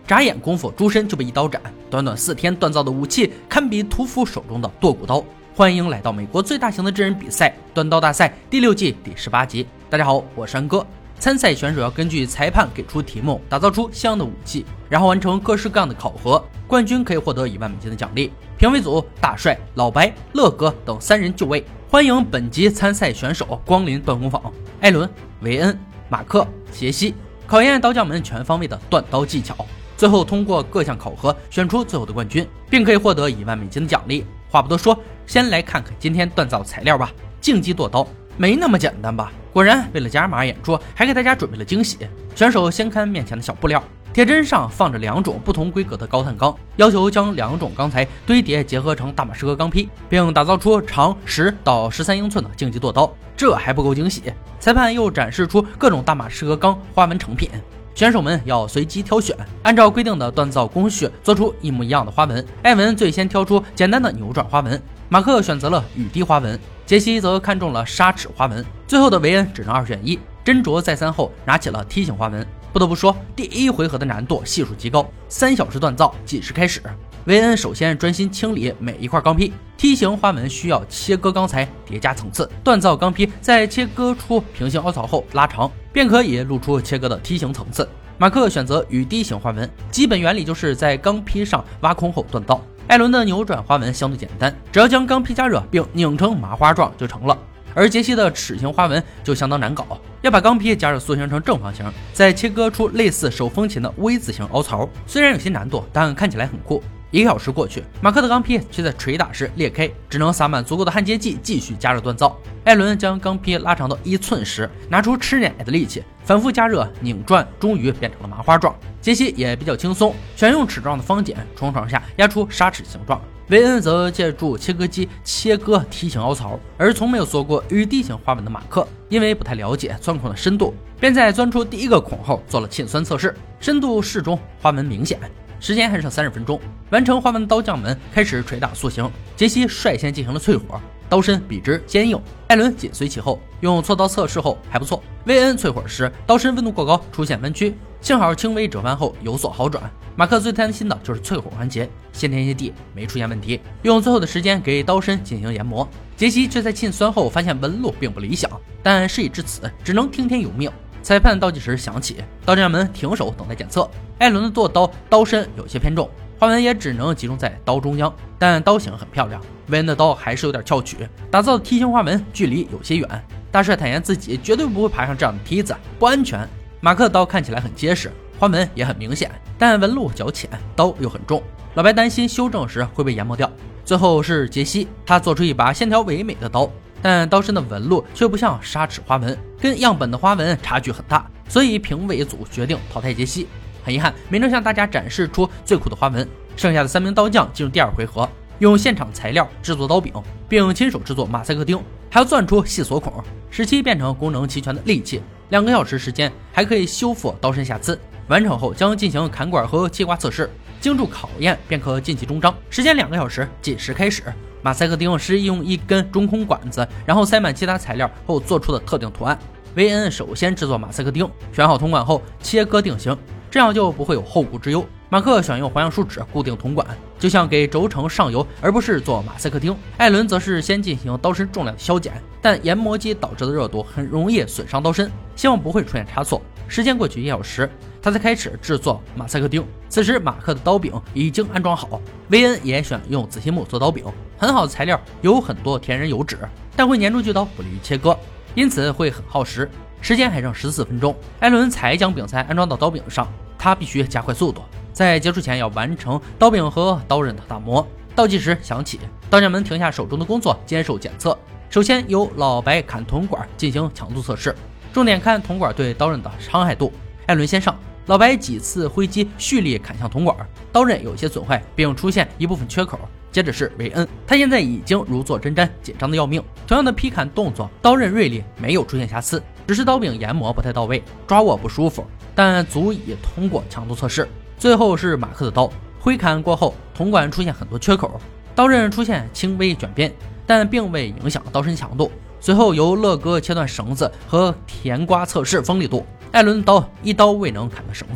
眨眼功夫，朱深就被一刀斩。短短4天锻造的武器，堪比屠夫手中的剁骨刀。欢迎来到美国最大型的真人比赛——锻刀大赛第6季第18集。大家好，我是安哥。参赛选手要根据裁判给出题目，打造出相应的武器，然后完成各式各样的考核。冠军可以获得1万美金的奖励。评委组大帅、老白、乐哥等3人就位。欢迎本集参赛选手光临锻工坊：艾伦、维恩、马克、杰西，考验刀匠们全方位的锻刀技巧。最后通过各项考核选出最后的冠军，并可以获得1万美金的奖励。话不多说，先来看看今天锻造材料吧。竞技剁刀没那么简单吧？果然，为了加码演出，还给大家准备了惊喜。选手先看面前的小布料，铁砧上放着2种不同规格的高碳钢，要求将2种钢材堆叠结合成大马士革钢坯，并打造出长10到13英寸的竞技剁刀。这还不够惊喜，裁判又展示出各种大马士革钢花纹成品。选手们要随机挑选，按照规定的锻造工序做出一模一样的花纹。艾文最先挑出简单的扭转花纹，马克选择了雨滴花纹，杰西则看中了砂齿花纹，最后的维恩只能2选1，斟酌再三后拿起了梯形花纹。不得不说，第1回合的难度系数极高，3小时锻造计时开始。维恩首先专心清理每一块钢坯，梯形花纹需要切割钢材叠加层次，锻造钢坯在切割出平行凹槽后拉长，便可以露出切割的梯形层次。马克选择雨滴形花纹，基本原理就是在钢坯上挖空后锻造。艾伦的扭转花纹相对简单，只要将钢坯加热并拧成麻花状就成了。而杰西的齿形花纹就相当难搞，要把钢坯加热塑形成正方形，再切割出类似手风琴的 V 字形凹槽。虽然有些难度，但看起来很酷。1个小时过去，马克的钢坯却在捶打时裂开，只能撒满足够的焊接剂继续加热锻造。艾伦将钢坯拉长到1寸时，拿出吃奶的力气反复加热拧转，终于变成了麻花状。杰西也比较轻松，选用齿状的方剪冲床下压出砂齿形状。维恩则借助切割机切割梯形凹槽，而从没有做过雨滴形花纹的马克，因为不太了解钻孔的深度，便在钻出第1个孔后做了沁酸测试，深度适中，花纹明显。时间还剩30分钟，完成花纹的刀匠们开始捶打塑形。杰西率先进行了淬火，刀身笔直坚硬，艾伦紧随其后，用锉刀测试后还不错。维恩淬火时，刀身温度过高，出现弯曲，幸好轻微折弯后有所好转。马克最担心的就是淬火环节，谢天谢地没出现问题，用最后的时间给刀身进行研磨。杰西却在沁酸后发现纹路并不理想，但事已至此，只能听天由命。裁判倒计时响起，刀匠们停手等待检测。艾伦的剁刀刀身有些偏重，花纹也只能集中在刀中央，但刀型很漂亮。维恩的刀还是有点翘曲，打造的梯形花纹距离有些远。大帅坦言自己绝对不会爬上这样的梯子，不安全。马克的刀看起来很结实，花纹也很明显，但纹路较浅，刀又很重。老白担心修正时会被研磨掉。最后是杰西，他做出一把线条唯美的刀，但刀身的纹路却不像砂齿花纹，跟样本的花纹差距很大，所以评委组决定淘汰杰西。很遗憾，没能向大家展示出最酷的花纹。剩下的3名刀匠进入第2回合，用现场材料制作刀柄，并亲手制作马赛克钉，还要钻出细锁孔，使其变成功能齐全的利器。2个小时时间，还可以修复刀身瑕疵。完成后将进行砍管和切刮测试，经住考验便可晋级终章。时间2个小时，计时开始。马赛克钉是用1根中空管子，然后塞满其他材料后做出的特定图案。维恩首先制作马赛克钉，选好铜管后切割定型，这样就不会有后顾之忧。马克选用环氧树脂固定铜管，就像给轴承上油，而不是做马赛克钉。艾伦则是先进行刀身重量的削减，但研磨机导致的热度很容易损伤刀身，希望不会出现差错。时间过去1小时，他才开始制作马赛克钉。此时马克的刀柄已经安装好，维恩也选用紫心木做刀柄，很好的材料，有很多天然油脂，但会粘住锯刀，不利于切割，因此会很耗时。时间还剩14分钟，艾伦才将柄材安装到刀柄上，他必须加快速度，在结束前要完成刀柄和刀刃的打磨。倒计时响起，刀匠们停下手中的工作，接受检测。首先由老白砍铜管进行强度测试，重点看铜管对刀刃的伤害度。艾伦先上，老白几次挥击蓄力砍向铜管，刀刃有些损坏，并出现一部分缺口。接着是维恩，他现在已经如坐针毡，紧张的要命。同样的劈砍动作，刀刃锐利，没有出现瑕疵，只是刀柄研磨不太到位，抓握不舒服，但足以通过强度测试。最后是马克的刀，挥砍过后，铜管出现很多缺口，刀刃出现轻微卷边，但并未影响刀身强度。随后由乐哥切断绳子和甜瓜测试锋利度。艾伦的刀一刀未能砍断绳子，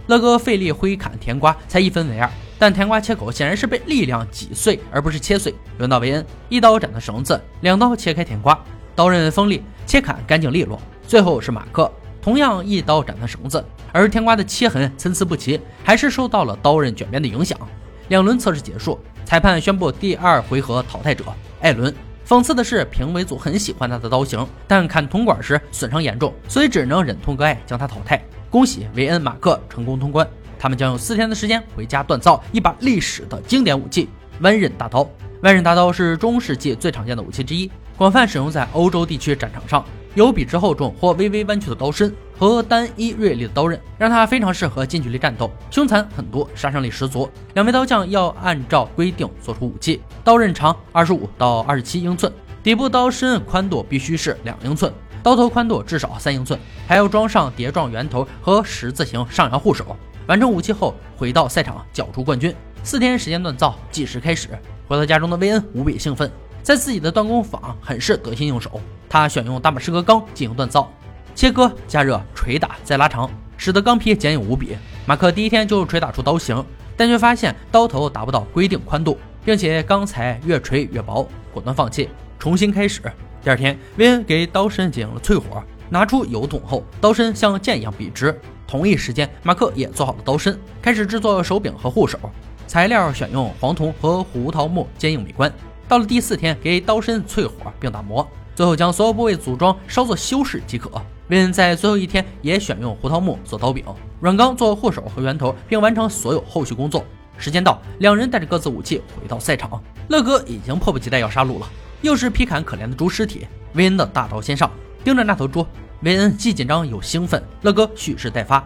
乐哥费力挥砍甜瓜，才1分为2，但甜瓜切口显然是被力量挤碎，而不是切碎。轮到维恩，一刀斩断绳子，2刀切开甜瓜，刀刃锋利，切砍干净利落。最后是马克，同样一刀斩断绳子，而甜瓜的切痕参差不齐，还是受到了刀刃卷边的影响。2轮测试结束，裁判宣布第2回合淘汰者艾伦。讽刺的是，评委组很喜欢他的刀型，但砍铜管时损伤严重，所以只能忍痛割爱将他淘汰。恭喜维恩、马克成功通关，他们将用4天的时间回家锻造一把历史的经典武器——弯刃大刀。弯刃大刀是中世纪最常见的武器之一，广泛使用在欧洲地区战场上，有笔直厚重或微微弯曲的刀身和单一锐利的刀刃，让它非常适合近距离战斗，凶残很多，杀伤力十足。2位刀匠要按照规定做出武器，刀刃长25到27英寸，底部刀身宽度必须是2英寸，刀头宽度至少3英寸，还要装上碟状圆头和十字形上扬护手。完成武器后，回到赛场角逐冠军。4天时间锻造，计时开始。回到家中的薇恩无比兴奋，在自己的锻工坊很是得心应手。他选用大马士革钢进行锻造，切割、加热、捶打再拉长，使得钢皮坚硬无比。马克第1天就捶打出刀形，但却发现刀头达不到规定宽度，并且钢材越捶越薄，果断放弃，重新开始。第2天，薇恩给刀身进行了淬火，拿出油桶后，刀身像剑一样笔直。同一时间，马克也做好了刀身，开始制作手柄和护手。材料选用黄铜和胡桃木，坚硬美观。到了第4天，给刀身淬火并打磨，最后将所有部位组装稍作修饰即可。薇恩在最后1天也选用胡桃木做刀柄，软钢做护手和圆头，并完成所有后续工作。时间到，2人带着各自武器回到赛场。乐哥已经迫不及待要杀戮了，又是劈砍可怜的猪尸体。薇恩的大刀先上，盯着那头猪，薇恩既紧张又兴奋，乐哥蓄势待发。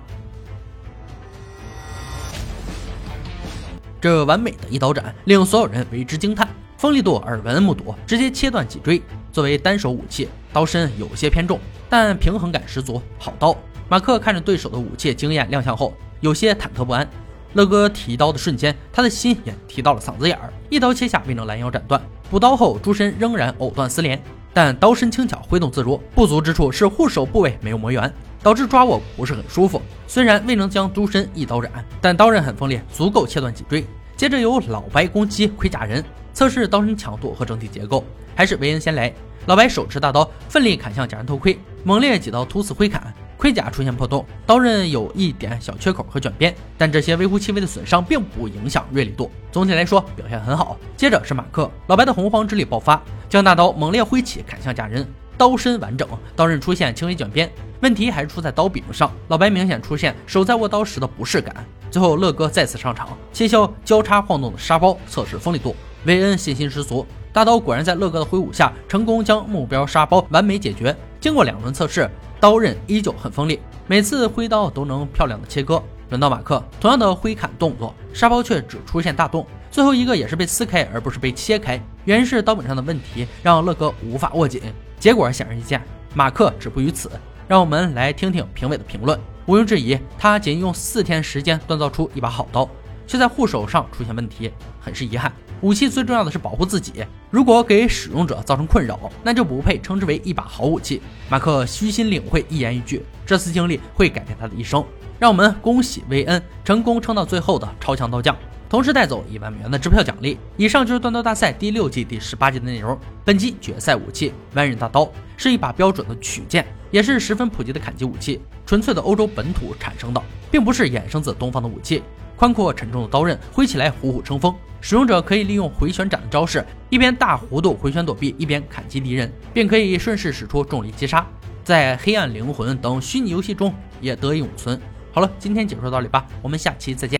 这完美的一刀斩令所有人为之惊叹，锋利度耳闻目睹，直接切断脊椎。作为单手武器，刀身有些偏重，但平衡感十足，好刀。马克看着对手的武器经验亮相后，有些忐忑不安。乐哥提刀的瞬间，他的心也提到了嗓子眼儿，一刀切下未能拦腰斩断。补刀后，猪身仍然藕断丝连，但刀身轻巧，挥动自如。不足之处是护手部位没有磨圆，导致抓握不是很舒服。虽然未能将猪身一刀斩，但刀刃很锋利，足够切断脊椎。接着由老白攻击盔甲人，测试刀身强度和整体结构。还是维恩先来，老白手持大刀，奋力砍向假人头盔，猛烈几刀突刺挥砍，盔甲出现破洞，刀刃有一点小缺口和卷边，但这些微乎其微的损伤并不影响锐利度。总体来说表现很好。接着是马克，老白的洪荒之力爆发，将大刀猛烈挥起砍向假人，刀身完整，刀刃出现轻微卷边，问题还是出在刀柄上。老白明显出现手在握刀时的不适感。最后乐哥再次上场，切削交叉晃动的沙包测试锋利度，维恩信心十足，大刀果然在乐哥的挥舞下成功将目标沙包完美解决。经过2轮测试，刀刃依旧很锋利，每次挥刀都能漂亮的切割。轮到马克，同样的挥砍动作，沙包却只出现大洞，最后一个也是被撕开而不是被切开，原因是刀柄上的问题让乐哥无法握紧。结果显而易见，马克止步于此。让我们来听听评委的评论。毋庸置疑，他仅用4天时间锻造出一把好刀，却在护手上出现问题，很是遗憾。武器最重要的是保护自己，如果给使用者造成困扰，那就不配称之为一把好武器。马克虚心领会，一言一句，这次经历会改变他的一生。让我们恭喜薇恩成功撑到最后的超强刀匠，同时带走1万美元的支票奖励。以上就是锻刀大赛第6季第18集的内容。本集决赛武器弯刃大刀是一把标准的曲剑，也是十分普及的砍击武器，纯粹的欧洲本土产生的，并不是衍生自东方的武器。宽阔沉重的刀刃挥起来虎虎生风，使用者可以利用回旋斩的招式，一边大弧度回旋躲避，一边砍击敌人，并可以顺势使出重力击杀，在黑暗灵魂等虚拟游戏中也得以永存。好了，今天解说到这里吧，我们下期再见。